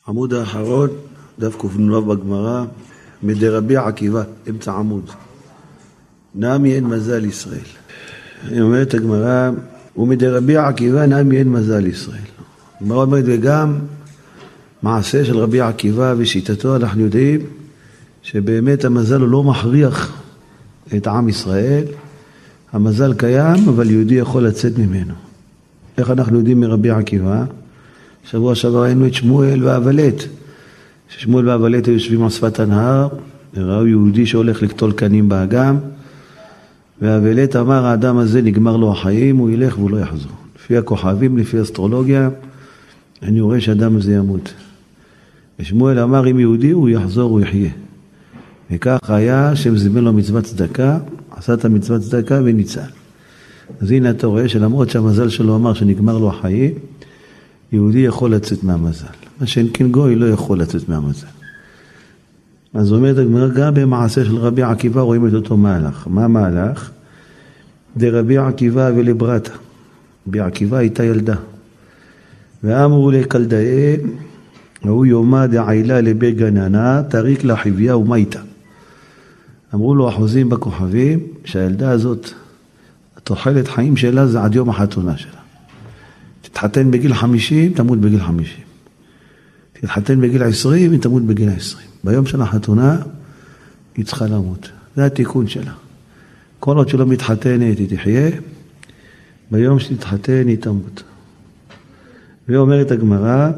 עמוד האחרון, דף קנ"ו בגמרא, מדרבי עקיבא, אמצע עמוד. נמי אין מזל ישראל. היא אומרת הגמרא, ומדרבי עקיבא נמי אין מזל ישראל. הגמרא אומרת, וגם מעשה של רבי עקיבא ושיטתו, אנחנו יודעים שבאמת המזל הוא לא מכריח את עם ישראל. המזל קיים, אבל יהודי יכול לצאת ממנו. איך אנחנו יודעים מרבי עקיבא? שבוע שעבר ראינו את שמואל והבלט. ששמואל והבלט היו יושבים על שפת הנהר, וראו יהודי שהולך לקטול קנים באגם, והבלט אמר, האדם הזה נגמר לו החיים, הוא ילך והוא לא יחזור. לפי הכוכבים, לפי אסטרולוגיה, אני רואה שהאדם הזה ימות. ושמואל אמר, אם יהודי הוא יחזור, הוא יחיה. וכך היה שמזימן לו מצוות צדקה, עשה את המצוות צדקה וניצל. אז הנה אתה רואה שלמרות שהמזל שלו אמר שנגמר לו החיים, יהודי יכול לצאת מהמזל. מה שאין כן גוי לא יכול לצאת מהמזל. אז אומרת הגמרא, גם במעשה של רבי עקיבא רואים את אותו מהלך. מה המהלך? דרבי עקיבא ולברתה. רבי עקיבא הייתה ילדה. ואמרו לקלדאי, והוא יומא דעילה לבי גננה, תריק לה חביה ומייתה. אמרו לו אחוזים בכוכבים, שהילדה הזאת, התוחלת חיים שלה זה עד יום החתונה שלה. תתחתן בגיל 50, תמות בגיל 50. תתחתן בגיל 20, היא תמות בגיל 20. ביום של החתונה, היא צריכה למות. זה התיקון שלה. כל עוד שלא מתחתנת, היא תחיה. ביום שתתחתן, היא תמות. ואומרת הגמרא,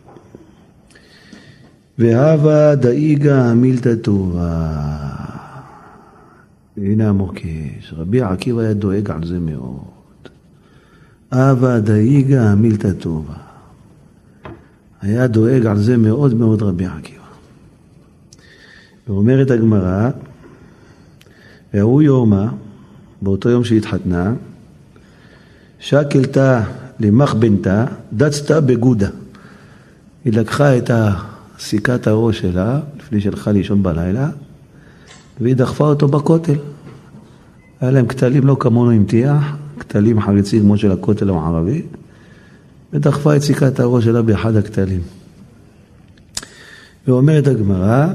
והווה דאיגה מילתא טובה. הנה המוקש. רבי עקיבא היה דואג על זה מאוד. אבא דאיגה מילתא טובה. היה דואג על זה מאוד מאוד רבי עקיבא. ואומרת הגמרא, והוא יומא, באותו יום שהתחתנה, שקלתה למחבנתה, דצתה בגודה. היא לקחה את סיכת הראש שלה, לפני שהלכה לישון בלילה, והיא דחפה אותו בכותל. היה להם כתלים לא כמונו עם טיח, כתלים חריצים כמו של הכותל המערבי, ודחפה את סיכת הראש שלה באחד הכתלים. ואומרת הגמרא,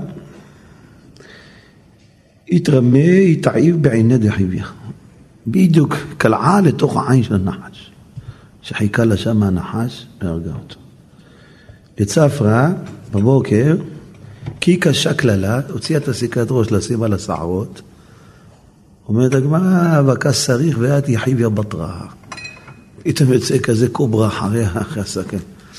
התרמה, התעיב בעיני דחביה. בדיוק קלעה לתוך העין של הנחש, שחיכה לה שם הנחש והרגה אותו. לצפרא, בבוקר, קיקה שקללה, הוציאה את הסיכת ראש לשים על השערות, אומרת הגמרא, וכס שריך ואת יחביה בטרה. פתאום יוצא כזה קוברה אחריה, אחרי הסכן.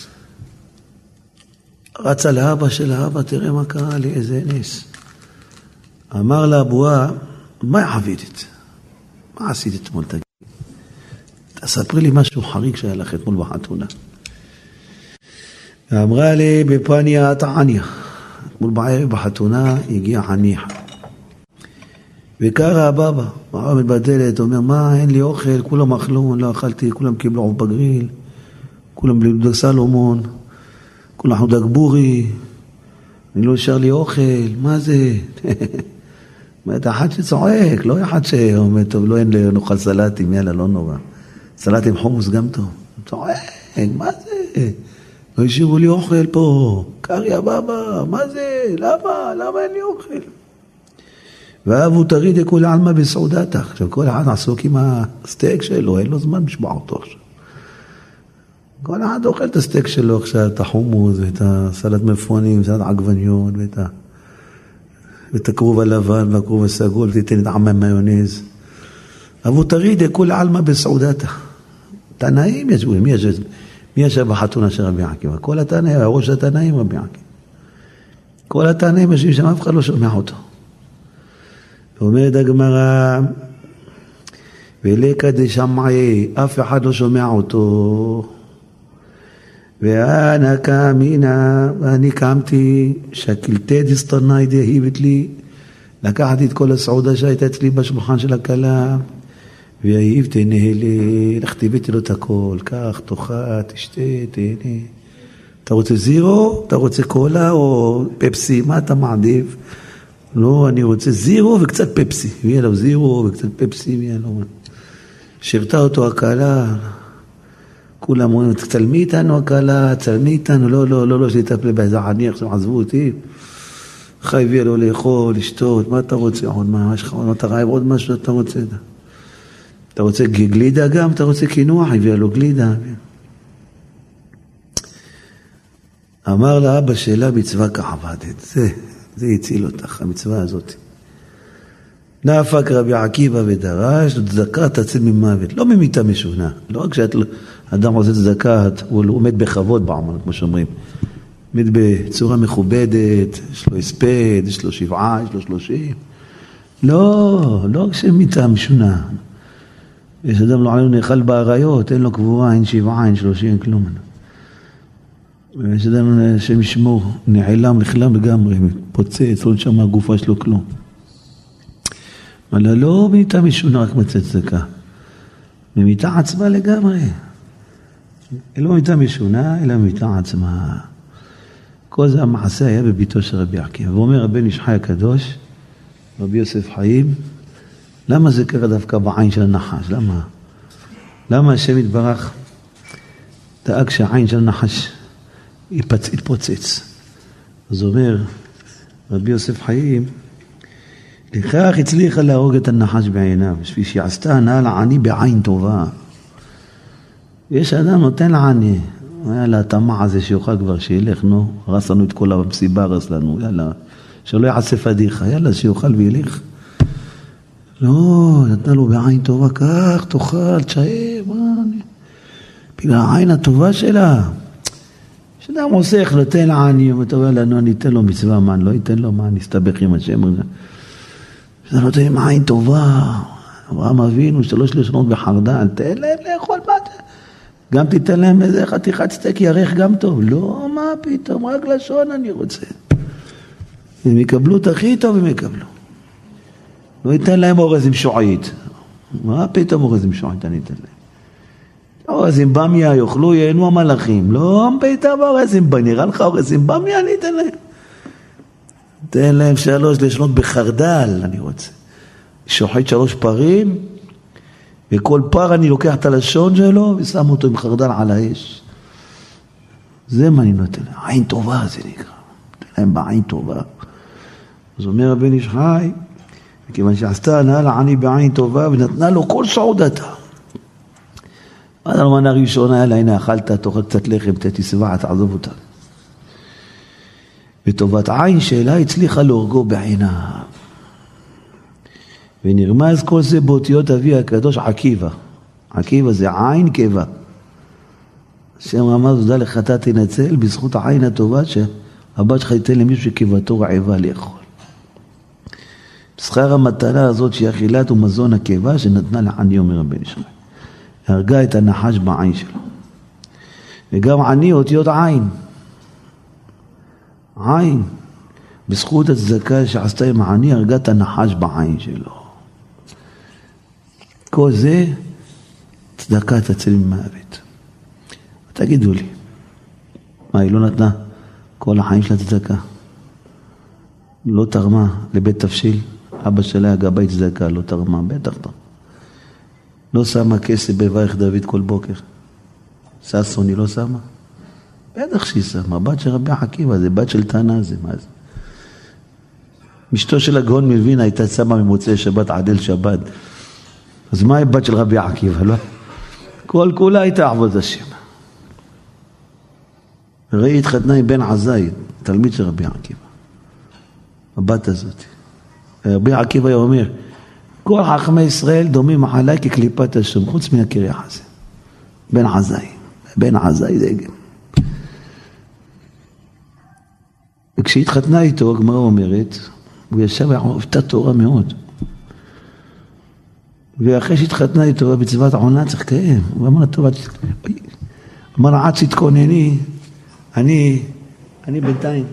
רצה לאבא של האבא, תראה מה קרה לי, איזה נס. אמר לה אבוה, מה חווית? מה עשית אתמול? תגיד. תספרי לי משהו חריג שהיה לך אתמול בחתונה. ואמרה לי, בפניה תעניה. אתמול בערב בחתונה הגיע חניך. וקרא הבבא, עומד בדלת, אומר, מה, אין לי אוכל, כולם אכלו, לא אכלתי, כולם קיבלו עוף בגריל, כולם בלי סלומון, כולם חודק בורי, אני לא אשאר לי אוכל, מה זה? אומרת, אחד שצועק, לא אחד שאומר, טוב, לא אין לי נאכל סלטים, יאללה, לא נורא. סלטים חומוס גם טוב. צועק, מה זה? לא השאירו לי אוכל פה, קריא הבבא, מה זה? למה אין לי אוכל? ואהבו תריד כל העלמה בסעודתך. עכשיו כל אחד עסוק עם הסטייק שלו, אין לו זמן לשמוע אותו עכשיו. כל אחד אוכל את הסטייק שלו עכשיו, את החומוס ואת הסלט מלפפונים, סלט עגבניות ואת הכרוב הלבן והכרוב הסגול, ותיתן את עמם מיונז. אהבו תריד כל העלמה בסעודתך. תנאים ישבו, מי ישב בחתונה של רבי עקיבא? כל התנאים, הראש התנאים רבי עקיבא. כל התנאים ישבים שם, אף אחד לא שומע אותו. אומרת הגמרא, ולקא דשמעי, אף אחד לא שומע אותו. ואנה קמינה, ואני קמתי, שקלתי דסתרנאי דהיבת לי, לקחתי את כל הסעודה שהייתה אצלי בשולחן של הכלה, והעיבתי נהלי, לכתיבתי לו את הכל, כך, תאכל, תשתה, תהנה. אתה רוצה זירו? אתה רוצה קולה או פפסי? מה אתה מעדיף? לא, אני רוצה זירו וקצת פפסי. ויהיה לו זירו וקצת פפסי, ויהיה לו. שרתה אותו הקהלה. כולם אומרים, תצלמי איתנו הקלה, תצלמי איתנו, לא, שתטפל באיזה עני, עכשיו עזבו אותי. חי הביאה לו לאכול, לשתות, מה אתה רוצה עוד? מה יש לך עוד? אתה רעב עוד משהו אתה רוצה? אתה רוצה גלידה גם? אתה רוצה קינוח? הביאה לו גלידה. אמר לאבא שלה, מצווה כעבדת. זה הציל אותך, המצווה הזאת. נאפק רבי עקיבא ודרש, צדקה תציל ממוות, לא ממיתה משונה. לא רק שאדם עושה צדקה, הוא עומד בכבוד בעמל, כמו שאומרים. עומד בצורה מכובדת, יש לו הספד, יש לו 7, יש לו 30. לא רק שמיתה משונה. יש אדם לא עלינו נאכל בעריות, אין לו קבורה, אין 7, אין 30, אין כלום. יש אדם שמשמור, נעלם, נחלם לגמרי, פוצץ, לא נשאר מהגופה שלו כלום. אבל לא מיתה משונה, רק מצא צדקה. ממיתה עצמה לגמרי. לא מיתה משונה, אלא מיתה עצמה. כל זה המעשה היה בביתו של רבי עקיבא. ואומר הבן איש חי הקדוש, רבי יוסף חיים, למה זה קרה דווקא בעין של הנחש? למה השם יתברך דאג שהעין של הנחש יתפוצץ? אז אומר רבי יוסף חיים, לכך הצליחה להרוג את הנחש בעיניו, בשביל שעשתה הנאה לעני בעין טובה. יש אדם נותן לעני, יאללה, התמע הזה שיוכל כבר שילך, נו, הרס לנו את כל המסיבה, הרס לנו, יאללה, שלא יעשה פדיחה, יאללה, שיוכל וילך. לא, נתנה לו בעין טובה, כך, תאכל, תשאר, בגלל העין הטובה שלה. שאדם עוסק, נותן לעני, הוא אומר לנו, אני אתן לו מצווה, מה, אני לא אתן לו, מה, אני אסתבך עם השם. שאתה נותן עם עין טובה, אברהם אבינו, 3 לשונות בחרדל, תן להם לאכול, מה אתה? גם תיתן להם איזה חתיכת סטייק ירח גם טוב. לא, מה פתאום, רק לשון אני רוצה. הם יקבלו את הכי טוב, הם יקבלו. לא ייתן להם אורז עם שועית. מה פתאום אורז עם שועית אני אתן להם? אורז עם במיה יאכלו, ייהנו המלאכים. לא, פתאום אורז עם במיה, נראה לך אורז עם במיה אני אתן להם. תן להם 3 לשונות בחרדל, אני רוצה. שוחט 3 פרים, וכל פר אני לוקח את הלשון שלו, ושם אותו עם חרדל על האש. זה מה אני נותן להם. עין טובה זה נקרא. נותן להם בעין טובה. אז אומר הבן איש חי, וכיוון שעשתה הנאה לעני בעין טובה, ונתנה לו כל סעודתה. עד המנה הראשונה, אלא הנה אכלת, תאכל קצת לחם, תשבע, תעזוב אותה. וטובת עין שלה הצליחה להורגו בעיניו. ונרמז כל זה באותיות אבי הקדוש עקיבא. עקיבא זה עין קיבה. השם אמר, תודה לך אתה תנצל בזכות העין הטובה שהבת שלך ייתן למישהו שקיבתו רעבה לאכול. שכר המתנה הזאת שהיא אכילת ומזון הקיבה שנתנה לעני, אומר הבן ישראל. הרגה את הנחש בעין שלו. וגם עני אותיות עין. עין. בזכות הצדקה שעשתה עם העני, הרגה את הנחש בעין שלו. כל זה צדקה תציל ממוות. תגידו לי, מה היא לא נתנה כל החיים שלה צדקה? לא תרמה לבית תפשיל, אבא שלה היה גבאי צדקה, לא תרמה, בטח לא. לא שמה כסף בברך דוד כל בוקר. ששון היא לא שמה? בטח שהיא שמה, בת של רבי עקיבא, זה בת של תנא, זה מה זה? משתו של הגאון מווילנה הייתה שמה ממוצאי שבת עד שבת. אז מה היא בת של רבי עקיבא, לא? כל כולה הייתה עבוד השם. ראי התחתנה עם בן עזאי, תלמיד של רבי עקיבא. הבת הזאת. רבי עקיבא אומר, כל חכמי ישראל דומים עליי כקליפת השם, חוץ מן הקרח הזה. בן עזאי. בן עזאי זה גם. וכשהתחתנה איתו, הגמרא אומרת, הוא ישב ואהבת תורה מאוד. ואחרי שהתחתנה איתו, בצוות העונה צריך לקיים. הוא אמר לטובה, אמר עד שתתכונני, אני בינתיים,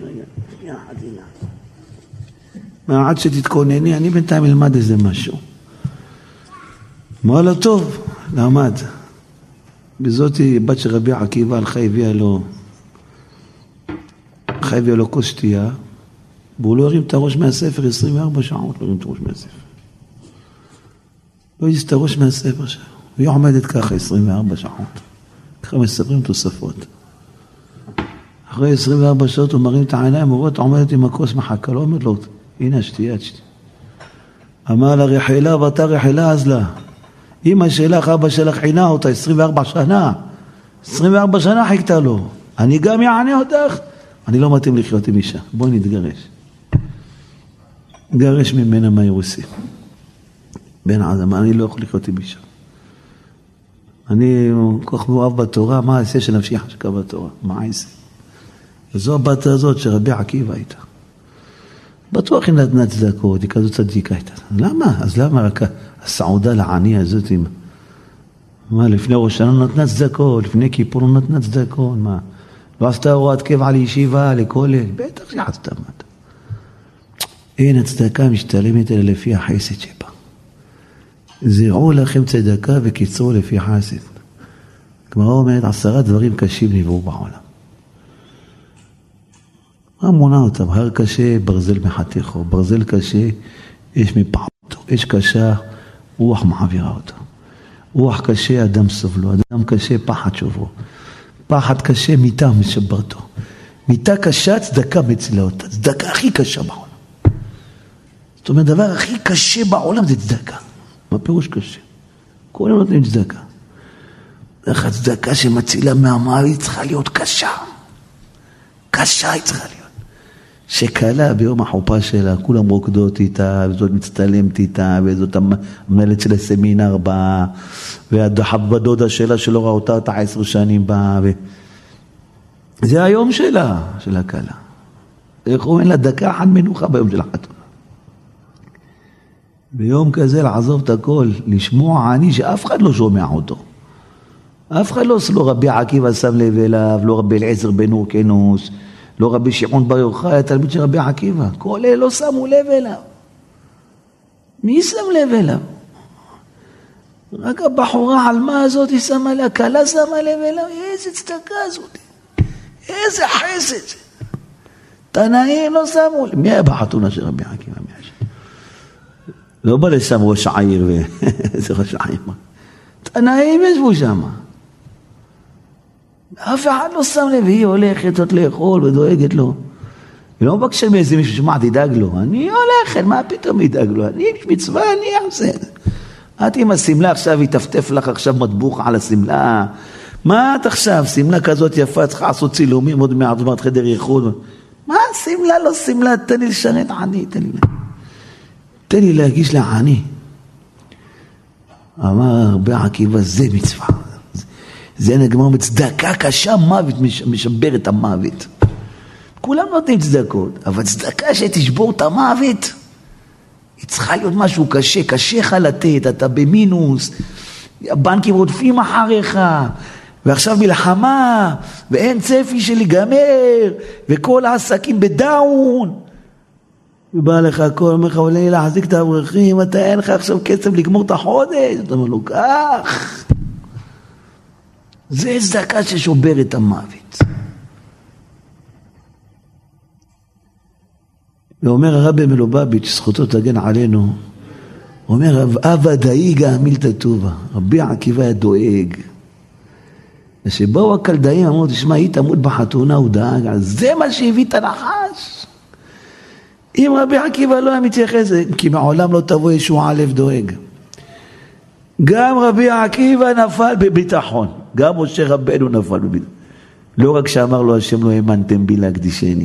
עד שתתכונני, אני בינתיים אלמד איזה משהו. אמר לו טוב, למד. בזאת בת של רבי עקיבא הלכה הביאה לו כוס שתייה, והוא לא הרים את הראש מהספר 24 שעות, לא הרים את הראש מהספר. לא יזת הראש מהספר שם. והיא עומדת ככה 24 שעות. ככה מספרים תוספות. אחרי 24 שעות הוא מרים את העיניים, הוא רואה, אתה עומדת עם הכוס מחכה, לא אומרת לו, הנה שתי. אמר לה רחילה, ואתה רחילה אז לה. אמא שלך, אבא שלך חינה אותה 24 שנה. 24 שנה חיכתה לו. אני גם יענה אותך. אני לא מתאים לחיות עם אישה. בואי נתגרש. גרש ממנה מה ירוסי. בן עזם, אני לא יכול לחיות עם אישה. אני כל כך מאוהב בתורה, מה אעשה שנפשי חשקה בתורה? מה אעשה? וזו הבת הזאת שרבי עקיבא הייתה. בטוח היא נתנה צדקות, היא כזאת צדיקה הייתה. למה? אז למה רק הסעודה לעני הזאת? מה, לפני ראש השנה נתנה צדקות, לפני כיפור נתנה צדקות, מה? לא עשתה הוראת קבע לישיבה, לכולל? בטח שעשתה מה. אין הצדקה משתלמת אלא לפי החסד שבה. זרעו לכם צדקה וקיצרו לפי חסד. הגמרא אומרת 10 דברים קשים נבראו בעולם. מה מונה אותם? הר קשה, ברזל מחתיכו. ברזל קשה, אש מפעמתו. אש קשה, רוח מעבירה אותו. רוח קשה, אדם סובלו. אדם קשה, פחד שוברו. פחד קשה, מיטה משברתו. מיטה קשה, צדקה מצילה אותה. צדקה הכי קשה בעולם. זאת אומרת, הדבר הכי קשה בעולם זה צדקה. מה פירוש קשה? כולם נותנים צדקה. איך הצדקה שמצילה מהמוות צריכה להיות קשה. קשה היא צריכה להיות. שקלה ביום החופה שלה, כולם רוקדות איתה, וזאת מצטלמת איתה, וזאת המנהלת של הסמינר בה, והדודה שלה שלא ראה אותה 10 שנים בה, זה היום שלה, של הקלה. איך אומרים לה דקה אחת מנוחה ביום של החתונה. ביום כזה לעזוב את הכל, לשמוע עני שאף אחד לא שומע אותו. אף אחד לא רבי עקיבא שם לב אליו, לא רבי אליעזר בן הורקנוס, לא רבי שמעון בר יוחאי, התלמיד של רבי עקיבא. כל אלה לא שמו לב אליו. מי שם לב אליו? רק הבחורה העלמה הזאת היא שמה לה, הקלה שמה לב אליו. איזה צדקה הזאת. איזה חסד. תנאים לא שמו לב. מי היה בחתונה של רבי עקיבא? לא בא לשם ראש העיר איזה ראש העיר. תנאים ישבו שם. אף אחד לא שם לב, היא הולכת עוד לאכול ודואגת לו. היא לא מבקשה מאיזה מישהו שמע, תדאג לו. אני הולכת, מה פתאום ידאג לו? אני מצווה, אני אעשה. את עם הסמלה עכשיו, היא תפתף לך עכשיו מטבוך על הסמלה. מה את עכשיו? סמלה כזאת יפה, צריכה לעשות צילומים עוד מעט חדר ייחוד. מה סמלה? לא סמלה, תן לי לשרת עני, תן לי להגיש לעני. אמר רבי עקיבא, זה מצווה. זה נגמר מצדקה קשה, מוות משבר את המוות. כולם נותנים צדקות, אבל צדקה שתשבור את המוות, היא צריכה להיות משהו קשה, קשה לך לתת, אתה במינוס, הבנקים רודפים אחריך, ועכשיו מלחמה, ואין צפי של להיגמר, וכל העסקים בדאון, ובא לך הכל, אומר לך, עולה לי להחזיק את האברכים, אתה אין לך עכשיו כסף לגמור את החודש, אתה אומר לו, כך. זה צדקה ששובר את המוות. ואומר הרבי מלובביץ', זכותו תגן עלינו, הוא אומר, אבא דאיגה מילתא טובה, רבי עקיבא היה דואג. ושבאו הקלדאים אמרו, תשמע, היא תמות בחתונה, הוא דאג, זה מה שהביא את הנחש. אם רבי עקיבא לא היה מתייחס, כי מעולם לא תבוא ישוע לב דואג. גם רבי עקיבא נפל בביטחון, גם משה רבנו נפל בביטחון. לא רק שאמר לו השם לא האמנתם בי להקדישני.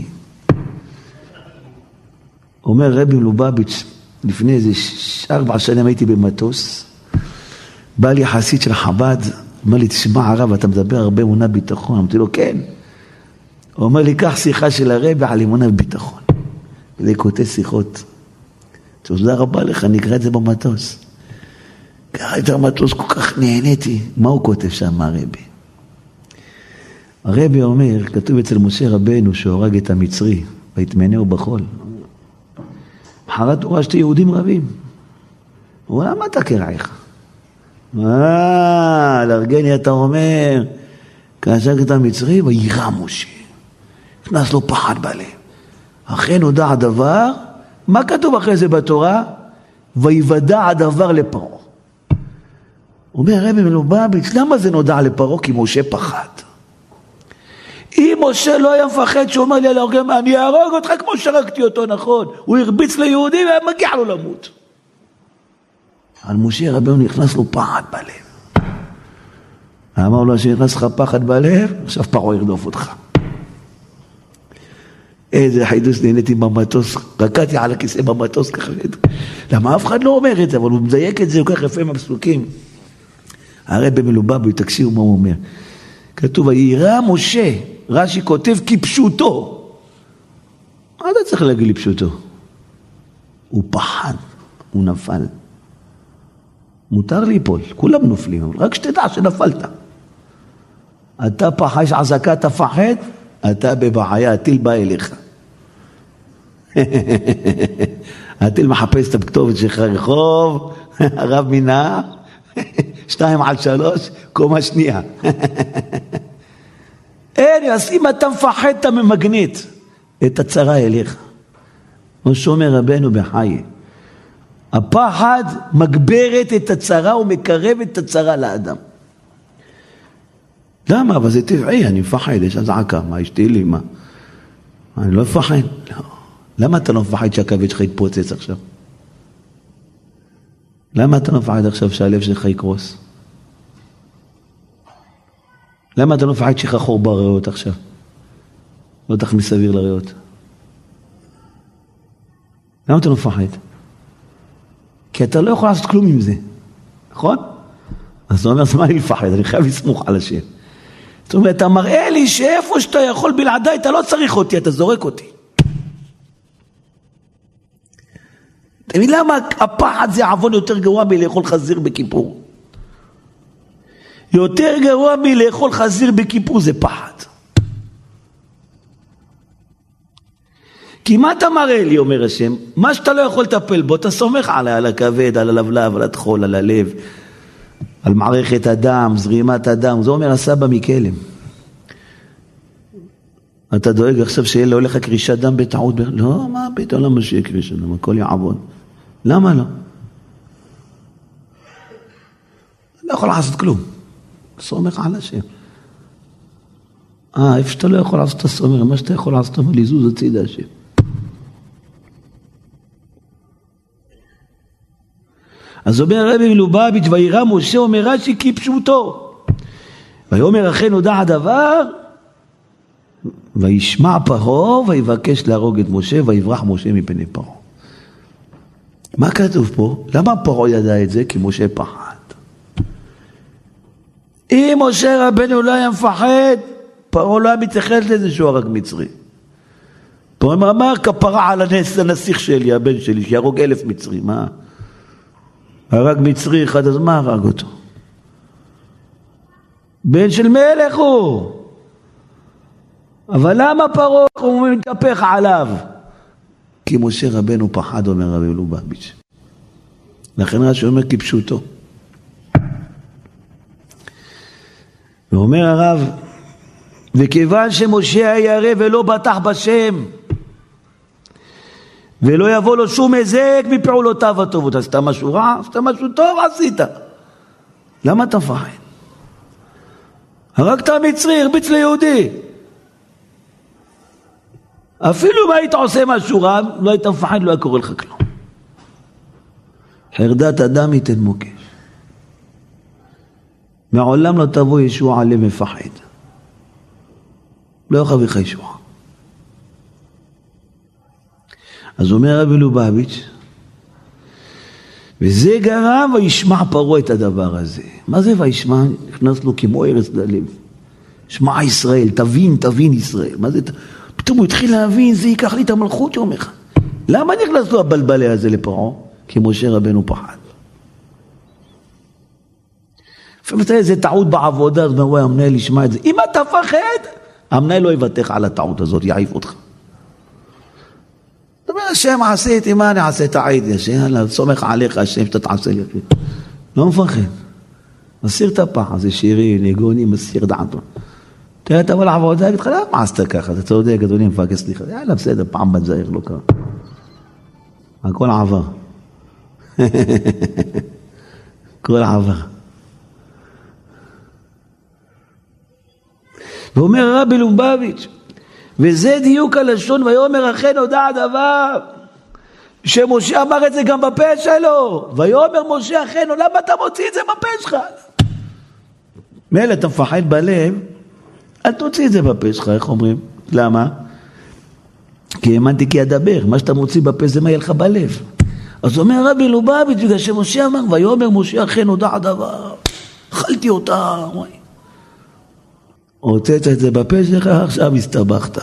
אומר רבי מלובביץ', לפני איזה 4 שנים הייתי במטוס, בא לי חסיד של חב"ד, אומר לי, תשמע הרב, אתה מדבר הרבה אמונה ביטחון. אמרתי לו, כן. הוא אומר לי, קח שיחה של הרבי על אמונה וביטחון. זה כותב שיחות. תודה רבה לך, נקרא את זה במטוס. קרא את המטוס, כל כך נהניתי. מה הוא כותב שם, הרבי? הרבי אומר, כתוב אצל משה רבנו, שהורג את המצרי, והתמנהו בחול. מחרת הוא ראה שתי יהודים רבים. הוא אומר, למה אתה קרעך? לארגני אתה אומר, כאשר את המצרי, וירא משה. נכנס לו פחד בלב. אחרי נודע הדבר, מה כתוב אחרי זה בתורה? ויוודע הדבר לפרעה. אומר הרבי מלובביץ', למה זה נודע לפרעה? כי משה פחד. אם משה לא היה מפחד שהוא אומר לי על ההורג, אני אהרוג אותך כמו שרקתי אותו, נכון? הוא הרביץ ליהודי והיה מגיע לו למות. על משה רבנו נכנס לו פחד בלב. אמר לו שנכנס לך פחד בלב, עכשיו פרעה ירדוף אותך. איזה חידוש נהניתי במטוס, רקדתי על הכיסא במטוס ככה. למה אף אחד לא אומר את זה, אבל הוא מדייק את זה, הוא כך יפה מהפסוקים. הרבי מלובביץ', תקשיבו מה הוא אומר. כתוב, וירא משה, רש"י כותב כפשוטו. מה אתה צריך להגיד לי פשוטו? הוא פחד, הוא נפל. מותר ליפול, כולם נופלים, אבל רק שתדע שנפלת. אתה פחד, יש עזקה, תפחד, אתה בבעיה, הטיל בא אליך. הטיל מחפש את הכתובת שלך, רחוב, הרב מינה, 2-3, קומה שנייה. אין, אז אם אתה מפחד, אתה ממגנט את הצרה אליך. כמו שאומר רבנו בחיי, הפחד מגברת את הצרה ומקרב את הצרה לאדם. למה? אבל זה טבעי, אני מפחד, יש הזעקה, מה אשתי לי, מה? אני לא מפחד. לא. למה אתה לא מפחד שהכבד שלך יתפוצץ עכשיו? למה אתה לא מפחד עכשיו שהלב שלך יקרוס? למה אתה לא מפחד שיהיה חור בריאות עכשיו? לא תכניס סביר לריאות. למה אתה לא מפחד? כי אתה לא יכול לעשות כלום עם זה, נכון? אז אתה אומר, מה אני מפחד? אני חייב לסמוך על השם. זאת אומרת, אתה מראה לי שאיפה שאתה יכול בלעדיי, אתה לא צריך אותי, אתה זורק אותי. אתה מבין למה הפחד זה עוון יותר גרוע מלאכול חזיר בכיפור? יותר גרוע מלאכול חזיר בכיפור זה פחד. כי מה אתה מראה לי, אומר השם? מה שאתה לא יכול לטפל בו, אתה סומך עליי, על הכבד, על הלבלב, על התחול, על הלב, על מערכת הדם, זרימת הדם. זה אומר הסבא מכלם. אתה דואג עכשיו שיהיה לו לך קרישת דם בטעות? לא, מה פתאום, למה שיהיה קרישת דם? הכל יעבוד. למה לא? לא יכול לעשות כלום. סומך על השם. איפה שאתה לא יכול לעשות, אתה סומך. מה שאתה יכול לעשות, אבל לזוז הצידה השם. אז אומר הרבי מלובביץ', וירא משה, אומר רש"י כפשוטו. ויאמר אכן נודע הדבר, וישמע פרעה, ויבקש להרוג את משה, ויברח משה מפני פרעה. מה כתוב פה? למה פרעה ידע את זה? כי משה פחד. אם משה רבנו לא היה מפחד, פרעה לא היה מתייחד לזה שהוא הרג מצרי. פרעה אמר, כפרה על הנסיך שלי, הבן שלי, שירוג 1,000 מצרי. מה? הרג מצרי אחד, אז מה הרג אותו? בן של מלך הוא. אבל למה פרעה הוא מתהפך עליו? כי משה רבנו פחד, אומר רבי מלובביץ'. לכן רש"י אומר כפשוטו. ואומר הרב, וכיוון שמשה היה ירא ולא בטח בשם, ולא יבוא לו שום היזק מפעולותיו הטובות, עשית משהו רע, עשית משהו טוב, עשית. למה אתה מפחד? הרגת מצרי, הרביץ ליהודי. אפילו אם היית עושה משהו רע, לא היית מפחד, לא היה קורא לך כלום. חרדת אדם ייתן מוקש. מעולם לא תבוא ישוע למפחד. לא יוכל לך ישוע. אז אומר רבי מלובביץ', וזה גרם וישמע פרעה את הדבר הזה. מה זה וישמע? נכנס לו כמו ארץ ללב. שמע ישראל, תבין ישראל. מה זה? פתאום הוא התחיל להבין, זה ייקח לי את המלכות יום אחד. למה נכנס לו הבלבלה הזה לפרעה? כי משה רבנו פחד. לפעמים זה טעות בעבודה, אז הוא המנהל ישמע את זה. אם אתה פחד, המנהל לא יבטח על הטעות הזאת, יעיף אותך. זאת אומרת, השם עשיתי, מה אני עשיתי? טעיתי, השם, סומך עליך, השם שאתה תעשה לי. לא מפחד. מסיר את הפחד, זה שירי, ניגוני, מסיר דעתו. תראה, אתה בא לעבודה, אגיד לך, למה עשת ככה? אתה צודק, אדוני מפקס סליחה. יאללה, בסדר, פעם בזהיר, לא קרה. הכל עבר. כל עבר. ואומר רבי לובביץ', וזה דיוק הלשון, ויאמר אכן הודע הדבר, שמשה אמר את זה גם בפה שלו, ויאמר משה אכן, למה אתה מוציא את זה בפה שלך? מילא אתה מפחד בלב, אל תוציא את זה בפה שלך, איך אומרים? למה? כי האמנתי כי אדבר, מה שאתה מוציא בפה זה מה יהיה לך בלב. אז אומר רבי לובביץ', בגלל שמשה אמר, ויאמר משה אכן הודע הדבר, אכלתי אותה, הוצאת את זה בפה שלך, עכשיו הסתבכת.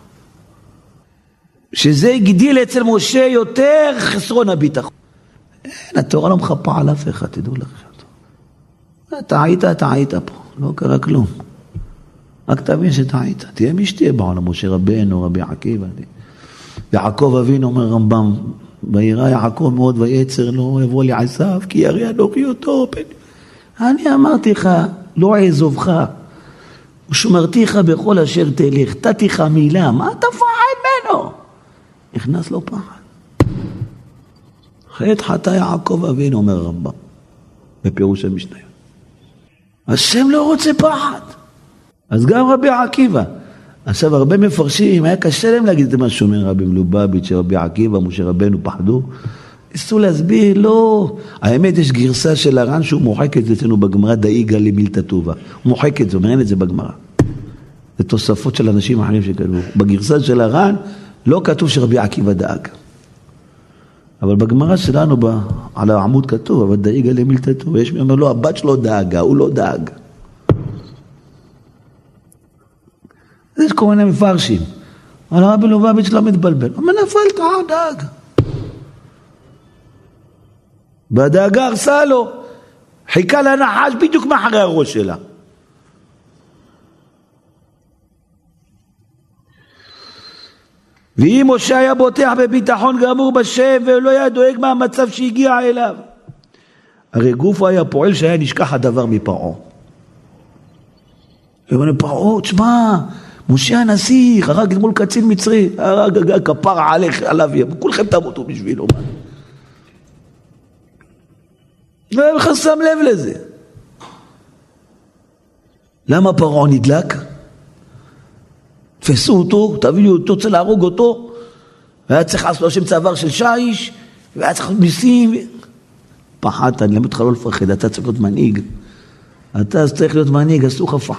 שזה הגדיל אצל משה יותר חסרון הביטחון. אין, התורה לא מחפה על אף אחד, תדעו לכם. אתה היית פה, לא קרה כלום. רק תבין שתהיית. תהיה מי שתהיה בעולם, משה רבנו, רבי עקיבא. יעקב אבינו אומר רמב"ם, וירא יעקב מאוד ויצר לו, יבוא לי עשיו, כי ירא אנוכי אותו. אני אמרתי לך, לא אעזובך, ושמרתיך בכל אשר תלך, תתיך מילה, מה אתה פחד ממנו? נכנס לו פחד. חטא חטא יעקב אבינו, אומר רמב"ם, בפירוש המשנה. השם לא רוצה פחד. אז גם רבי עקיבא. עכשיו הרבה מפרשים, היה קשה להם להגיד את מה שאומר רבי לובביץ' שרבי עקיבא, משה רבנו פחדו. ניסו להסביר, לא. האמת יש גרסה של הר"ן שהוא מוחק את זה אצלנו בגמרא, דאיגה למילתא טובה. הוא מוחק את זה, אומר אין את זה בגמרא. זה תוספות של אנשים אחרים שכתבו. בגרסה של הר"ן לא כתוב שרבי עקיבא דאג. אבל בגמרא שלנו על העמוד כתוב, אבל דאיגה למילתא טובה. יש מי אומר, לא, הבת שלו דאגה, הוא לא דאג. יש כל מיני מפרשים. אבל רבי לובביץ' לא מתבלבל. הוא מנפלת, דאג. בדאגה הרסה לו. חיכה לנחש בדיוק מאחרי הראש שלה. ואם משה היה בוטח בביטחון גמור בשם, ולא היה דואג מהמצב שהגיע אליו. הרי גופו היה פועל שהיה נשכח הדבר מפרעה. ואומרים פרעה, תשמע, משה הנסיך, הרג מול קצין מצרי, הרג כפר עליו, כולכם תמותו בשבילו. ואין לך שם לב לזה. למה פרעה נדלק? תפסו אותו, תביאו אותו, רוצה להרוג אותו, והיה צריך לעשות לו שם צוואר של שיש, והיה צריך ניסים. פחדת, אני למד לך לא לפחד, אתה צריך להיות מנהיג. אתה צריך להיות מנהיג, אסור לך לפחד.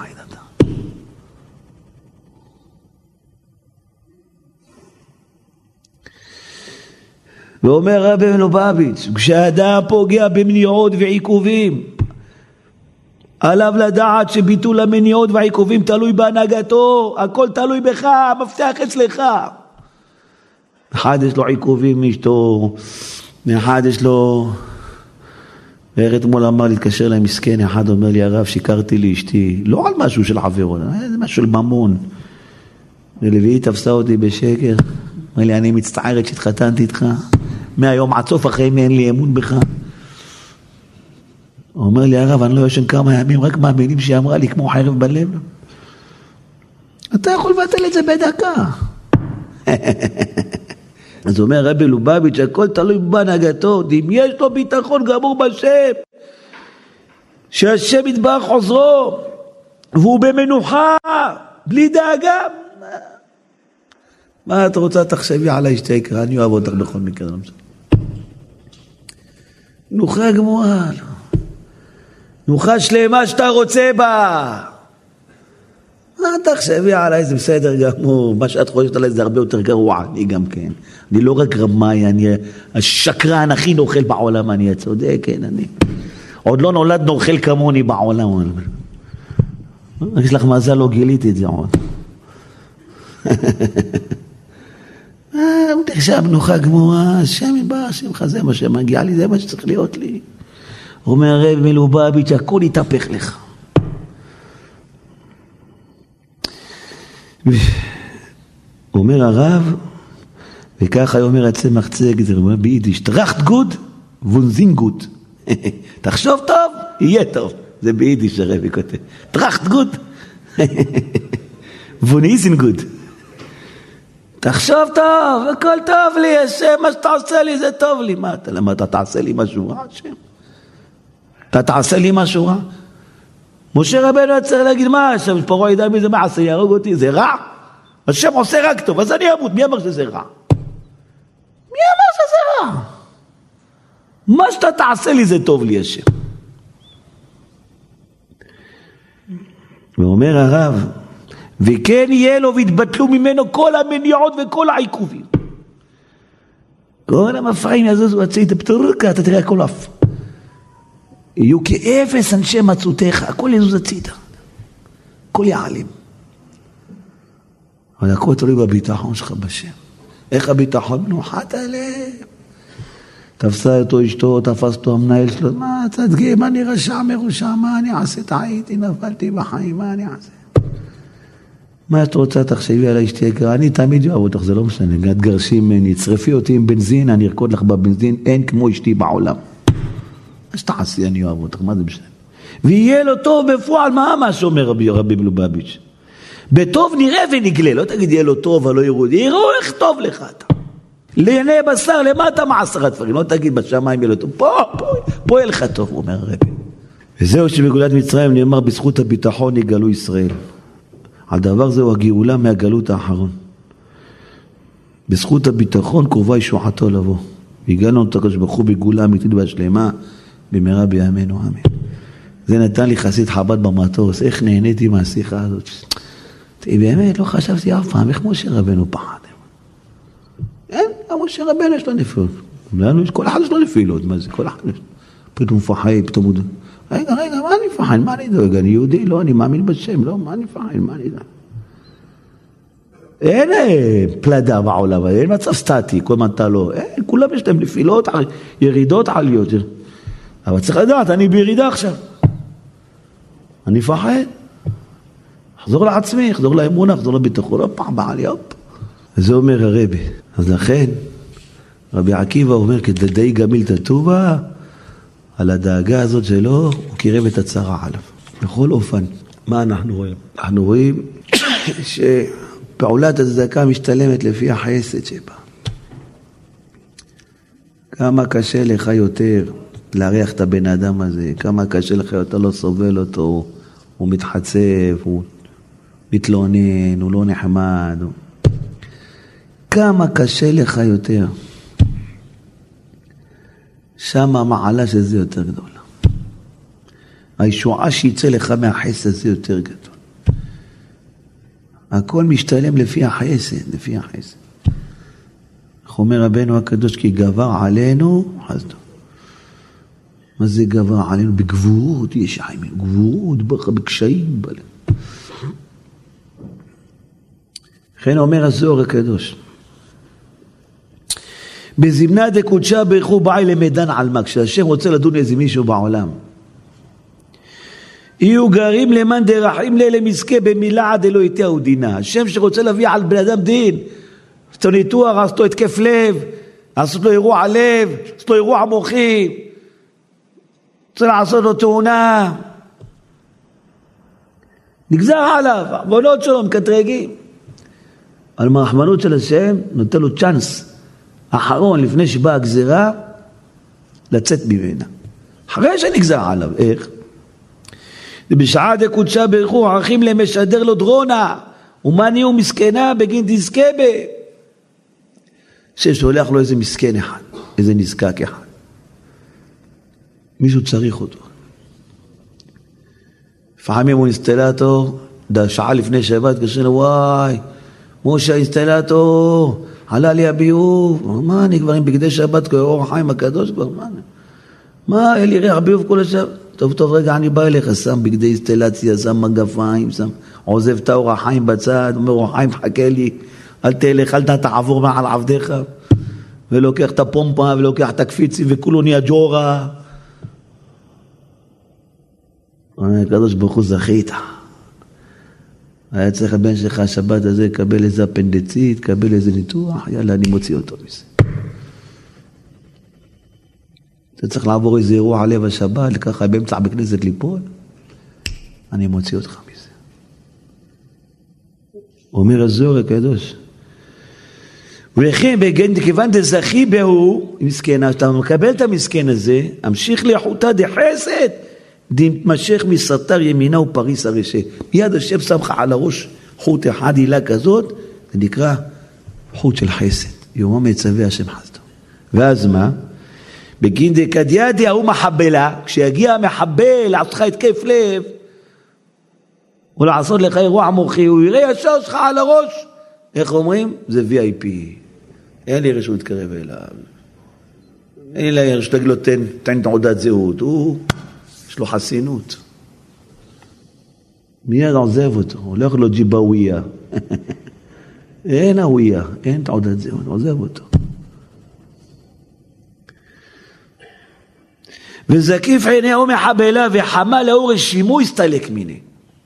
ואומר רבי לובביץ', כשאדם פוגע במניעות ועיכובים, עליו לדעת שביטול המניעות והעיכובים תלוי בהנהגתו, הכל תלוי בך, המפתח אצלך. אחד יש לו עיכובים מאשתו, אחד יש לו... אתמול אמר להתקשר להם מסכן, אחד אומר לי, הרב, שיקרתי לאשתי, לא על משהו של חברות, זה משהו של ממון. ולוי תפסה אותי בשקר, אמר לי, אני מצטערת שהתחתנתי איתך, מהיום עד סוף החיים אין לי אמון בך. הוא אומר לי, הרב, אני לא יושן כמה ימים, רק מאמינים שהיא אמרה לי כמו חרב בלב. אתה יכול לבטל את זה בדקה. אז אומר רבי לובביץ', הכל תלוי בהנהגתו, אם יש לו ביטחון גמור בשם, שהשם יתברך עוזרו, והוא במנוחה, בלי דאגה. מה את רוצה, תחשבי עליי שתקרא, אני אוהב אותך בכל מקרה. נוחה גמורה, נוחה שלמה שאתה רוצה בה. מה תחשבי עליי, זה בסדר גמור, מה שאת חושבת עליי זה הרבה יותר גרוע, אני גם כן. אני לא רק רמאי, אני השקרן הכי נוכל בעולם, אני הצודק, כן, אני. עוד לא נולד נוכל כמוני בעולם. יש לך מזל, לא גיליתי את זה עוד. עכשיו נוחה גמורה, השם יבא, השם זה מה שמגיע לי, זה מה שצריך להיות לי. אומר רבי לובביץ', הכל יתהפך לך. אומר הרב, וככה אומר הצמח צדק, זה אומר ביידיש, טראכט גוד וונזין גוד. תחשוב טוב, יהיה טוב. זה ביידיש הרבי כותב. טראכט גוד וונזין גוד. תחשוב טוב, הכל טוב לי, השם, מה שאתה עושה לי זה טוב לי. למה אתה תעשה לי משהו רע, השם? אתה תעשה לי משהו רע? משה רבנו היה צריך להגיד, מה, עכשיו פרעה ידע מי זה מעשה, יהרוג אותי, זה רע? השם עושה רק טוב, אז אני אמות, מי אמר שזה רע? מי אמר שזה רע? מה שאתה תעשה לי זה טוב לי השם. ואומר הרב, וכן יהיה לו והתבטלו ממנו כל המניעות וכל העיכובים. כל המפרעים יזוזו הצידה, פטרוקה, אתה תראה הכל אף. יהיו כאפס אנשי מצאותיך, הכל יזוז הצידה. הכל יעלים. אבל הכל תלוי בביטחון שלך בשם. איך הביטחון? מנוחת הלב. תפסה אותו אשתו, תפס אותו המנהל שלו, מה תדגים, אני רשע מרושע, מה אני אעשה? טעיתי, נפלתי בחיים, מה אני אעשה? מה את רוצה, תחשבי על אשתי יקרה, אני תמיד אוהב אותך, זה לא משנה, את גרשי ממני, צרפי אותי עם בנזין, אני ארקוד לך בבנזין, אין כמו אשתי בעולם. אז תעשי, אני אוהב אותך, מה זה משנה? ויהיה לו טוב בפועל, מה שאומר רבי מלובביץ'? בטוב נראה ונגלה, לא תגיד יהיה לו טוב, אבל לא יראו, יראו איך טוב לך אתה. לעיני בשר, למטה מעשרה דברים, לא תגיד בשמיים יהיה לו טוב, פה יהיה לך טוב, אומר הרבי. וזהו שבגאולת מצרים נאמר, בזכות הביטחון יגאלו ישראל. הדבר זהו הגאולה מהגלות האחרון. בזכות הביטחון קרובה ישועתו לבוא. והגענו את הקדוש ברוך הוא בגאולה אמיתית והשלמה, במהרה בימינו אמן. זה נתן לי חסיד חב"ד במטוס, איך נהניתי מהשיחה הזאת. באמת לא חשבתי אף פעם, איך משה רבנו פחד. אין, משה רבנו יש לו נפילות. לנו יש, כל אחד יש לו נפילות, מה זה? כל אחד יש. פתאום מפחד, פתאום מודע. רגע, מה אני מפחד? מה אני דואג? אני יהודי? לא, אני מאמין בשם, לא, מה אני מפחד? מה אני דואג? אין פלדה בעולם, אין מצב סטטי, כל מנתה לא. אין, כולם יש להם נפילות, ירידות עליות. אבל צריך לדעת, אני בירידה עכשיו. אני מפחד. אחזור לעצמי, אחזור לאמונה, אחזור לביטחון, עוד פעם בעלי, הופ. זה אומר הרבי. אז לכן, רבי עקיבא אומר, כדי גמיל תטובה, על הדאגה הזאת שלו, הוא קירב את הצרה עליו. בכל אופן, מה אנחנו רואים? אנחנו רואים שפעולת הצדקה משתלמת לפי החסד שבה. כמה קשה לך יותר להריח את הבן אדם הזה, כמה קשה לך יותר לא סובל אותו, הוא מתחצף, הוא מתלונן, הוא לא נחמד. כמה קשה לך יותר. שם המעלה שזה יותר גדולה. הישועה שיצא לך מהחסד זה יותר גדול. הכל משתלם לפי החסד, לפי החסד. אומר רבנו הקדוש, כי גבר עלינו חסדו. מה זה גבר עלינו? בגבורות יש חיים, גבורות, בקשיים. לכן אומר הזוהר הקדוש, בזמנה דקודשה ברכו באי למדן עלמא, כשהשם רוצה לדון איזה מישהו בעולם, יהיו גרים למען דרחים למזכה במילה עד אלוהי תהו דינה. השם שרוצה להביא על בן אדם דין, עשו ניתוח, עשו התקף לב, עשו לו אירוע לב, עשו לו אירוע מוחי, רוצה לעשות לו תאונה, נגזר עליו, עוונות שלו מקטרגים. על מרחמנות של השם נותן לו צ'אנס אחרון לפני שבאה הגזירה לצאת ממנה. אחרי שנגזר עליו, איך? בשעה דקודשה ברכו ערכים למשדר לו דרונה, ומני הוא מסכנה בגין דזקבה. ששולח לו איזה מסכן אחד, איזה נזקק אחד. מישהו צריך אותו. לפעמים הוא אינסטלטור, שעה לפני שבת, קשה לו, וואי, משה אינסטלטור, עלה לי הביוב, מה אני כבר עם בגדי שבת, אור החיים הקדוש כבר, מה, היה לי ריח ביוב כל השבת. טוב, רגע, אני בא אליך, שם בגדי אינסטלציה, שם מגפיים, שם, עוזב את האור החיים בצד, אומר, אור החיים חכה לי, אל תלך, אל תעבור מעל עבדיך, ולוקח את הפומפה, ולוקח את הקפיצי, וכולו נהיה ג'ורה. הקדוש ברוך הוא זכית. היה צריך הבן שלך השבת הזה, קבל איזה אפנדצית, קבל איזה ניתוח, יאללה, אני מוציא אותו מזה. אתה צריך לעבור איזה אירוע עליו השבת, ככה באמצע בכנסת ליפול, אני מוציא אותך מזה. אומר הזוהר הקדוש, וכן כיוון דזכי בהו, מסכנה, שאתה מקבל את המסכן הזה, המשיך לאחותה דחסד, דמשך מסתר ימינה ופריס הרשע. מיד השם שם לך על הראש חוט אחד, הילה כזאת, זה נקרא חוט של חסד. יומו מצווה השם חסדו. ואז מה? בגין דקדיאדי ההוא מחבלה, כשיגיע המחבל לעשות לך התקף לב, או לעשות לך אירוע מוחי, הוא יראה ישר שלך על הראש. איך אומרים? זה VIP. אין לי רשות להתקרב אליו. אין לי רשות להגיד לו, תן תעודת זהות. יש לו חסינות. מיד עוזב אותו, הולך לו ג'יבאוויה. אין הוויה, אין תעודת זהות, עוזב אותו. וזקיף עיניהו מחבלה וחמה לאור רשימו הסתלק מיני.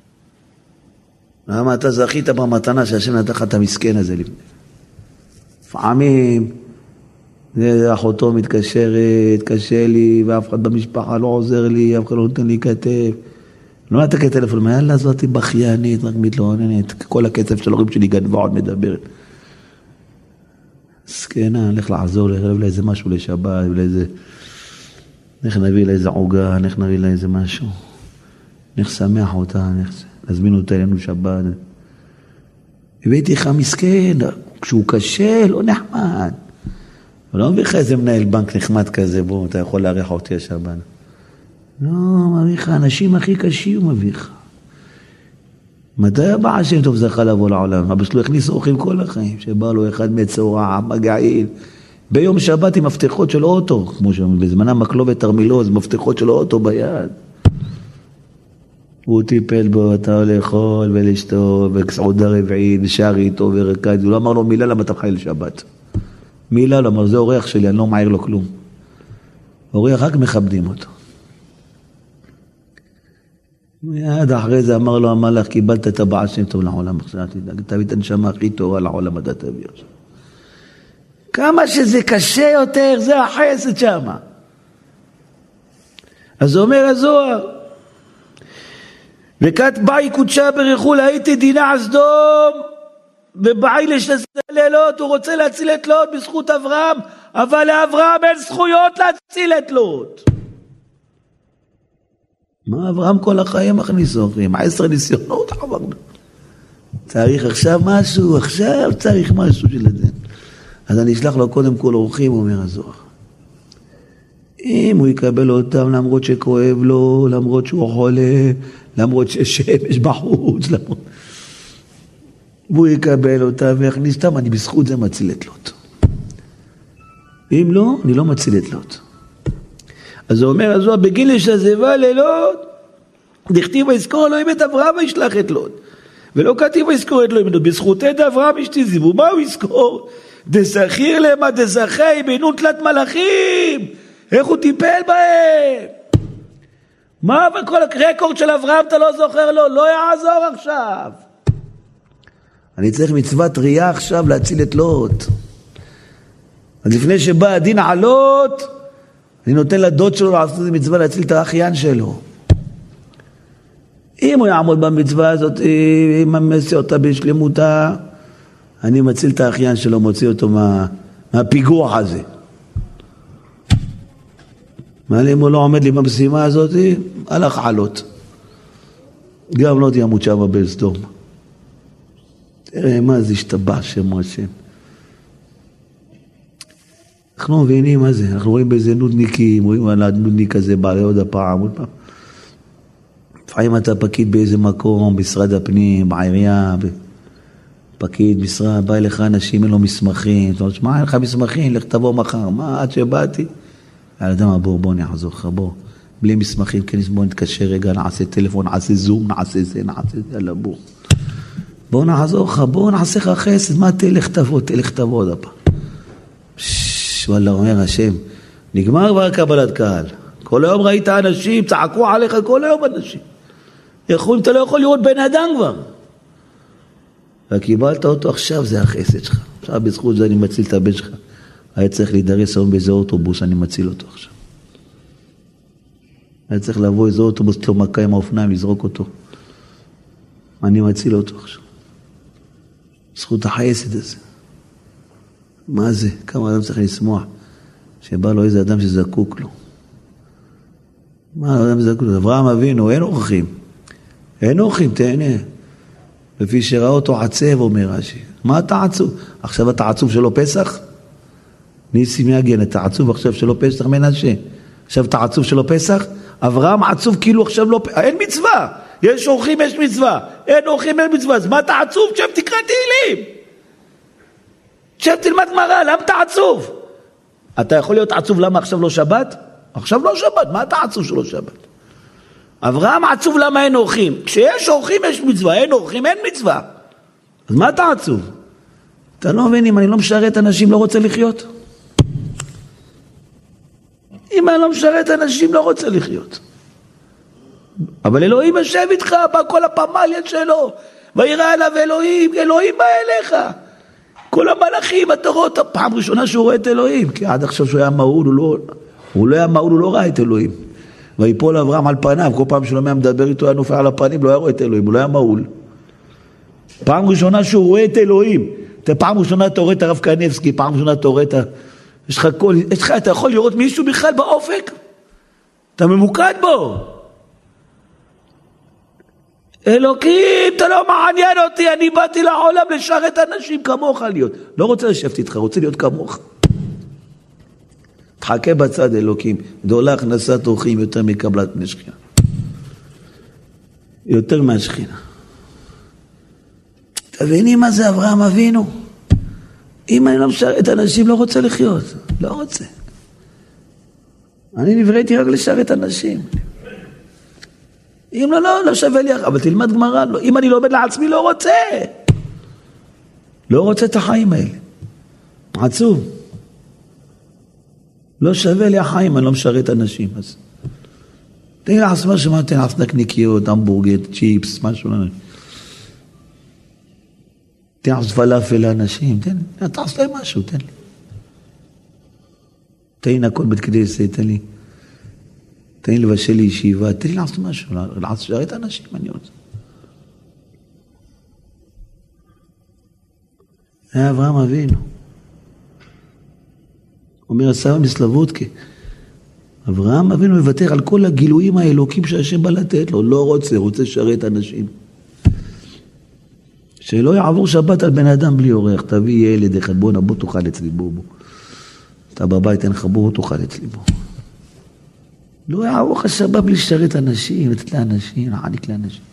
למה אתה זכית במתנה שהשם נתן לך את המסכן הזה לפני? לפעמים אחותו מתקשרת, קשה לי, ואף אחד במשפחה לא עוזר לי, אף אחד לא נותן לי כתף. לא נתן כטלפון, מה יאללה זאתי בכיינית, רק מתלוננת, כל הכסף של הורים שלי גנבה עוד מדברת. סכנה, הלך לעזור, להרב לה איזה משהו לשבת, איך נביא לה איזה עוגה, איך נביא לה איזה משהו, איך שמח אותה, נזמין אותה אלינו שבת. הבאתי לך מסכן, כשהוא קשה, לא נחמד. לא מביא לך איזה מנהל בנק נחמד כזה, בוא, אתה יכול להריח אותי השבת. לא, מביא לך, אנשים הכי קשים הוא מביא לך. מתי הבא השם טוב זכה לבוא לעולם? אבא שלו הכניס אורחים כל החיים, שבא לו אחד מצורע, מגעיל. ביום שבת עם מפתחות של אוטו, כמו שבזמנה מקלו ותרמילו, אז מפתחות של אוטו ביד. הוא טיפל בו, אתה הולך לאכול ולשתות, וסעודה רביעית, ושר איתו ורקד. הוא לא אמר לו מילה למה אתה מחייל שבת. מילה לא אמר, זה אורח שלי, אני לא מעיר לו כלום. אורח רק מכבדים אותו. מיד אחרי זה אמר לו המלאך, קיבלת את הבעל שם טוב לעולם, תביא את הנשמה הכי טובה לעולם, אתה תביא עכשיו. כמה שזה קשה יותר, זה החסד שם. אז אומר הזוהר, וכת באי קודשה ברכו להייתי דינה סדום, ובאי לשנסה לילות, הוא רוצה להציל את לוט בזכות אברהם, אבל לאברהם אין זכויות להציל את לוט. מה אברהם כל החיים מכניס אורחים? 10 ניסיונות עברנו. צריך עכשיו משהו, עכשיו צריך משהו של זה. אז אני אשלח לו קודם כל אורחים, אומר הזוהר. אם הוא יקבל אותם למרות שכואב לו, למרות שהוא חולה, למרות ששמש בחוץ, והוא יקבל אותם ויכניס אותם, אני בזכות זה מציל את לוט. אם לא, אני לא מציל את לוט. אז הוא אומר, הזוהר, בגיל שזבה ללוט, דכתיב ויזכור אלוהים את אברהם וישלח את לוט. ולא כתיב ויזכור את אלוהים, בזכות את אברהם השתזיבו, מה הוא יזכור? דזכיר למה דזכי בינו תלת מלאכים, איך הוא טיפל בהם? מה וכל הרקורד של אברהם אתה לא זוכר לו? לא יעזור עכשיו. אני צריך מצוות ראייה עכשיו להציל את לוט. אז לפני שבא הדין על לוט, אני נותן לדוד שלו לעשות את מצווה להציל את האחיין שלו. אם הוא יעמוד במצווה הזאת, אם ממסי אותה בשלמותה, אני מציל את האחיין שלו, מוציא אותו מהפיגוע הזה. אם הוא לא עומד לי במשימה הזאת, הלך עלות. גם לא תימות שם בסדום. תראה מה זה השתבע שם השם. אנחנו מבינים מה זה, אנחנו רואים באיזה נודניקים, רואים על הנודניק הזה בעלי עוד הפעם. לפעמים אתה פקיד באיזה מקום, משרד הפנים, בעירייה, פקיד משרד, בא אליך אנשים, אין לו מסמכים, אתה אומר, מה אין לך מסמכים, לך תבוא מחר, מה עד שבאתי? על אדם, בוא נחזור לך, בוא, בלי מסמכים, כן, בוא נתקשר רגע, נעשה טלפון, נעשה זום, נעשה זה, יאללה בוא. בוא נחזור לך, בוא נעשה לך חסד, מה תלך תבוא עוד הפעם. וואלה, אומר השם, נגמר כבר קבלת קהל. כל היום ראית אנשים, צעקו עליך כל היום אנשים. אתה לא יכול לראות בן אדם כבר. וקיבלת אותו עכשיו, זה החסד שלך. עכשיו בזכות זה אני מציל את הבן שלך. היה צריך להידרס היום באיזה אוטובוס, אני מציל אותו עכשיו. היה צריך לבוא איזה אוטובוס, תלו מכה עם האופניים, לזרוק אותו. אני מציל אותו עכשיו. זכות החסד הזה. מה זה? כמה אדם צריך לשמוח שבא לו איזה אדם שזקוק לו. מה זה כזה? אברהם אבינו, אין אורחים. אין אורחים, תהנה. לפי שראה אותו עצב, אומר רש"י. מה אתה עצוב? עכשיו אתה עצוב שלא פסח? ניסים יגן, אתה עצוב עכשיו שלא פסח מנשה. עכשיו אתה עצוב שלא פסח? אברהם עצוב כאילו עכשיו לא פסח. אין מצווה. יש אורחים, יש מצווה. אין אורחים, אין מצווה. אז מה אתה עצוב? עכשיו תקרא תהילים. עכשיו תלמד גמרא, למה אתה עצוב? אתה יכול להיות עצוב למה עכשיו לא שבת? עכשיו לא שבת, מה אתה עצוב שלא שבת? אברהם עצוב למה אין אורחים. כשיש אורחים יש מצווה, אין אורחים אין מצווה. אז מה אתה עצוב? אתה לא מבין, אם אני לא משרת אנשים לא רוצה לחיות. אם אני לא משרת אנשים לא רוצה לחיות. אבל אלוהים יושב איתך, בא כל הפמליה שלו, ויראה אליו אלוהים, אלוהים בא אליך. כל המלאכים, אתה רואה אותה פעם ראשונה שהוא רואה את אלוהים, כי עד עכשיו שהוא היה מהול, הוא לא היה מהול, הוא לא ראה את אלוהים. ויפול אברהם על פניו, כל פעם שלא היה מדבר איתו, היה נופל על הפנים, לא היה רואה את אלוהים, הוא לא היה מהול. פעם ראשונה שהוא רואה את אלוהים, פעם ראשונה אתה רואה את הרב קניבסקי, פעם ראשונה אתה רואה את יש לך כל, אתה יכול לראות מישהו בכלל באופק? אתה ממוקד בו. אלוקים, אתה לא מעניין אותי, אני באתי לעולם לשרת אנשים כמוך להיות. לא רוצה לשבת איתך, רוצה להיות כמוך. תחכה בצד אלוקים, גדולה הכנסת אורחים יותר מקבלת בני שכינה. יותר מהשכינה. תביני מה זה אברהם אבינו? אם אני לא משרת אנשים לא רוצה לחיות, לא רוצה. אני נבראתי רק לשרת אנשים. אם לא שווה לי, אבל תלמד גמרא, אם אני לומד לעצמי לא רוצה. לא רוצה את החיים האלה. עצוב. לא שווה לי החיים, אני לא משרת אנשים. אז תן לי לעצמה שמה, תן לעצמה נקניקיות, המבורגר, צ'יפס, משהו. תן לעצמה פלאפל לאנשים, תעשה להם משהו, תן לי. תן לי הכל בית כנסת, תן לי לבשל לי ישיבה, תן לי לעשות משהו, לשרת אנשים, אני רוצה. היה אברהם אבינו. אומר הסבא מסלבודקה, אברהם אבינו מוותר על כל הגילויים האלוקים שהשם בא לתת לו, לא רוצה לשרת אנשים. שלא יעבור שבת על בן אדם בלי אורח, תביא ילד אחד, בוא תאכל אצלי, בוא. אתה בבית אין לך, בוא תאכל אצלי, בוא. לא יעבור לך שבת בלי לשרת אנשים, לתת לאנשים, להעניק לאנשים.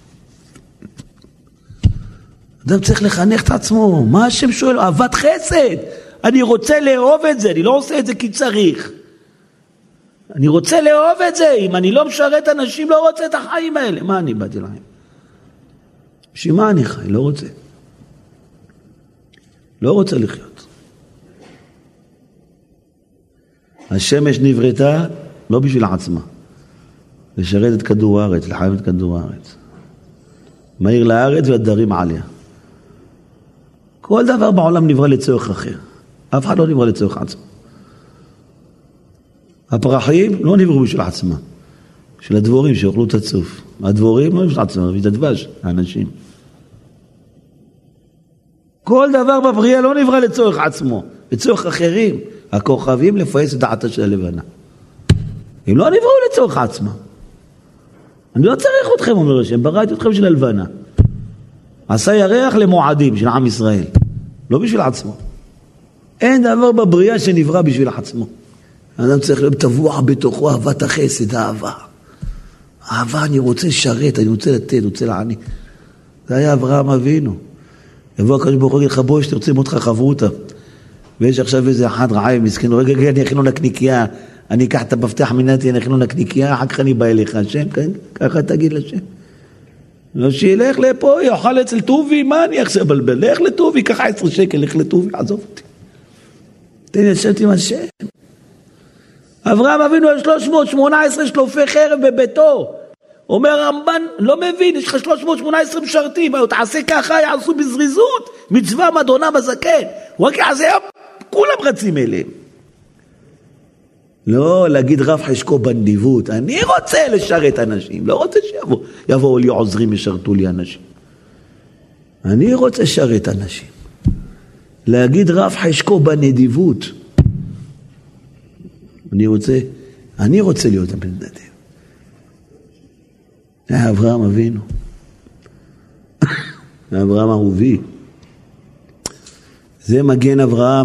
אדם צריך לחנך את עצמו, מה השם שואל? אהבת חסד. אני רוצה לאהוב את זה, אני לא עושה את זה כי צריך. אני רוצה לאהוב את זה, אם אני לא משרת אנשים, לא רוצה את החיים האלה. מה אני באתי להם? שמה אני חי? לא רוצה. לא רוצה לחיות. השמש נבראתה לא בשביל עצמה. לשרת את כדור הארץ, לחיים את כדור הארץ. מהיר לארץ והדרים עליה. כל דבר בעולם נברא לצורך אחר. אף אחד לא נברא לצורך עצמו. הפרחים לא נבראו בשביל עצמה. של הדבורים שאוכלו את הצוף. הדבורים לא בשביל עצמם, בשביל הדבש, האנשים. כל דבר בבריאה לא נברא לצורך עצמו, לצורך אחרים. הכוכבים לפייס את דעתה של הלבנה. הם לא נבראו לצורך עצמם. אני לא צריך אתכם, אומר השם, בראתי אתכם של הלבנה. עשה ירח למועדים של עם ישראל, לא בשביל עצמו. אין דבר בבריאה שנברא בשביל עצמו. האדם צריך להיות טבוע בתוכו אהבת החסד, אהבה. אהבה, אני רוצה לשרת, אני רוצה לתת, אני רוצה להעניק. זה היה אברהם אבינו. יבוא הקדוש ברוך הוא, יגיד לך, בוא, שתרצה אותך חברותה. ויש עכשיו איזה אחד רעב, מסכן, רגע, אני אכין לו נקניקייה, אני אקח את המפתח מנתי, אני אכין לו נקניקייה, אחר כך אני בא אליך, השם, כן? ככה תגיד לשם. לא שילך לפה, יאכל אצל טובי, מה אני עכשיו בלבל? לך לטובי, קח 10 שקל, לך לטובי, עזוב אותי. תן לי לשבת עם השם. אברהם אבינו על 318 שלופי חרב בביתו. אומר הרמב"ן, לא מבין, יש לך 318 משרתים, תעשה ככה, יעשו בזריזות, מצווה מדונה בזקן. הוא רק יעשה, כולם רצים אליהם. לא, להגיד רב חשקו בנדיבות, אני רוצה לשרת אנשים, לא רוצה שיבואו לי עוזרים, ישרתו לי אנשים. אני רוצה לשרת אנשים. להגיד רב חשקו בנדיבות. אני רוצה להיות הבן נדיב. זה אברהם אבינו. אברהם אהובי. זה מגן אברהם.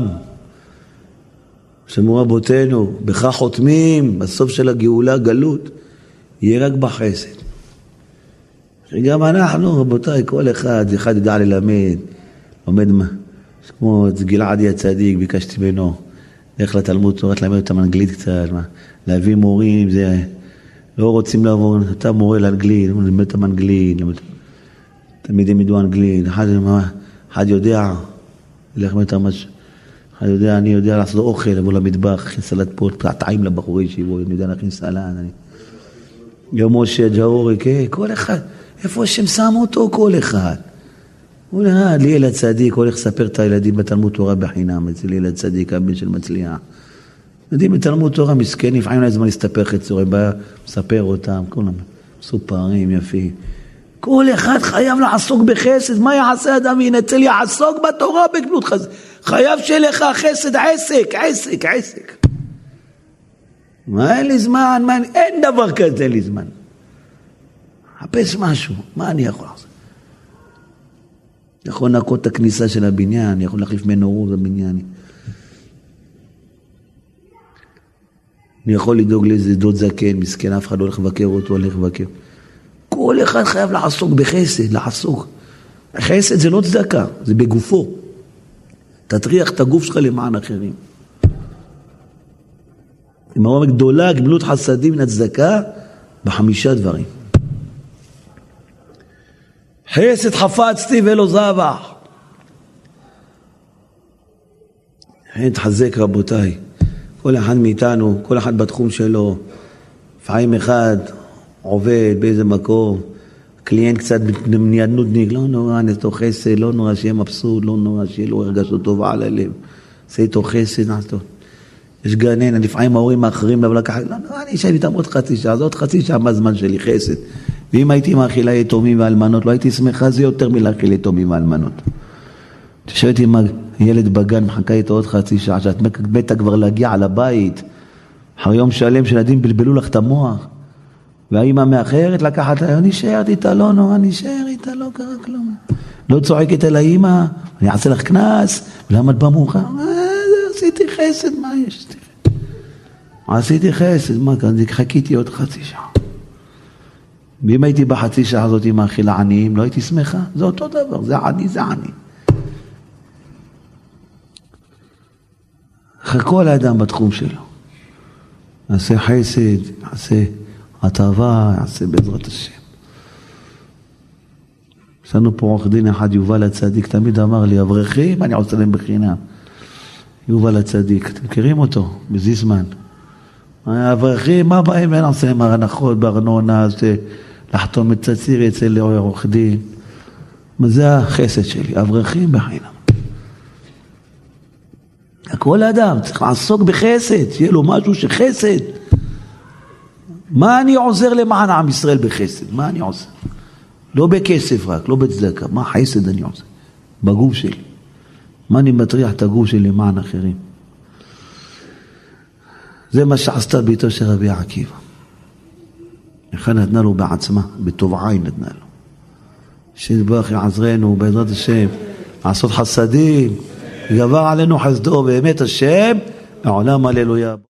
שמעו רבותינו, בכך חותמים, בסוף של הגאולה גלות, יהיה רק בחסד. שגם אנחנו, רבותיי, כל אחד יודע ללמד, לומד מה, כמו גלעדי הצדיק, ביקשתי ממנו, לך לתלמוד תורה, ללמד אותם אנגלית קצת, להביא מורים, זה, לא רוצים לעבור, אתה מורה לאנגלית, ללמד אותם אנגלית, תלמידים ידעו אנגלית, אחד יודע, ללמד אותם משהו, אחד יודע, אני יודע לעשות אוכל, לבוא למטבח, להכין סלט פה, טעים לבחורי שיבוא, אני יודע להכין סלט, יום משה, ג'אורי, כל אחד, איפה השם שם אותו כל אחד? הוא נראה, לי ילד צדיק, הולך לספר את הילדים בתלמוד תורה בחינם, אצל ילד צדיק, הבן של מצליח. ילדים בתלמוד תורה מסכן, לפעמים לא זמן להסתפר חצורי, בא, מספר אותם, כולם סופרים, יפים. כל אחד חייב לעסוק בחסד, מה יעשה אדם וינצל? יעסוק בתורה בגלות חסד. חייב שלך חסד, עסק. מה אין לי זמן? אין דבר כזה, אין לי זמן. חפש משהו, מה אני יכול לעשות? יכול לנקות את הכניסה של הבניין, יכול להחליף מנורות בבניין. אני יכול לדאוג לאיזה דוד זקן, מסכן, אף אחד לא הולך לבקר אותו, הולך לבקר. כל אחד חייב לעסוק בחסד, לעסוק. חסד זה לא צדקה, זה בגופו. תטריח את הגוף שלך למען אחרים. אם אמרה גדולה, גמילות חסדים מן הצדקה, ב5 דברים. חסד חפצתי ולא זבח. תחזק רבותיי. כל אחד מאיתנו, כל אחד בתחום שלו, לפעמים אחד עובד באיזה מקום, קליינט קצת נודניק, לא נורא, נעשו חסד, לא נורא שיהיה מבסוט, לא נורא שיהיה לו הרגשו טובה על הלב. עושה איתו חסד, נעשו. יש גנן, לפעמים ההורים האחרים לבוא לקחת, לא נורא, אני אשב איתם עוד חצי שעה, זה עוד חצי שעה מהזמן שלי, חסד. ואם הייתי מאכילה יתומים ואלמנות, לא הייתי שמחה, זה יותר מלהאכיל יתומים ואלמנות. תשאלת עם הילד בגן, מחכה איתו עוד חצי שעה, שאת מתה כבר להגיע לבית, אחרי יום שלם שילדים בלבלו לך את המוח, והאמא מאחרת לקחת, אני נשארת איתה, לא נורא, נשאר איתה, לא קרה כלום. לא צועקת אל האמא, אני אעשה לך כנס, ולמה את במאוחר? עשיתי חסד, מה יש? עשיתי חסד, מה כאן? חיכיתי עוד חצי שעה. ואם הייתי בחצי שעה הזאת עם האכילה עניים, לא הייתי שמחה. זה אותו דבר, זה עני, זה עני. כל האדם בתחום שלו. יעשה חסד, יעשה הטבה, יעשה בעזרת השם. יש לנו פה עורך דין אחד, יובל הצדיק, תמיד אמר לי, אברכים, אני עושה להם בחינם. יובל הצדיק, אתם מכירים אותו? בזיסמן. האברכים, מה באים? אין עושה להם הנחות בארנונה, לחתום את צציר אצל עורך דין. זה החסד שלי, אברכים בחינם. כל אדם צריך לעסוק בחסד, שיהיה לו משהו שחסד. מה אני עוזר למען עם ישראל בחסד? מה אני עוזר? לא בכסף רק, לא בצדקה. מה חסד אני עוזר? בגוף שלי. מה אני מטריח את הגוף שלי למען אחרים? זה מה שעשתה ביתו של רבי עקיבא. איך נתנה לו בעצמה, בטוב עין נתנה לו. שיתברך יעזרנו בעזרת השם, לעשות חסדים, גבר עלינו חסדו, באמת השם, העולם הללויה.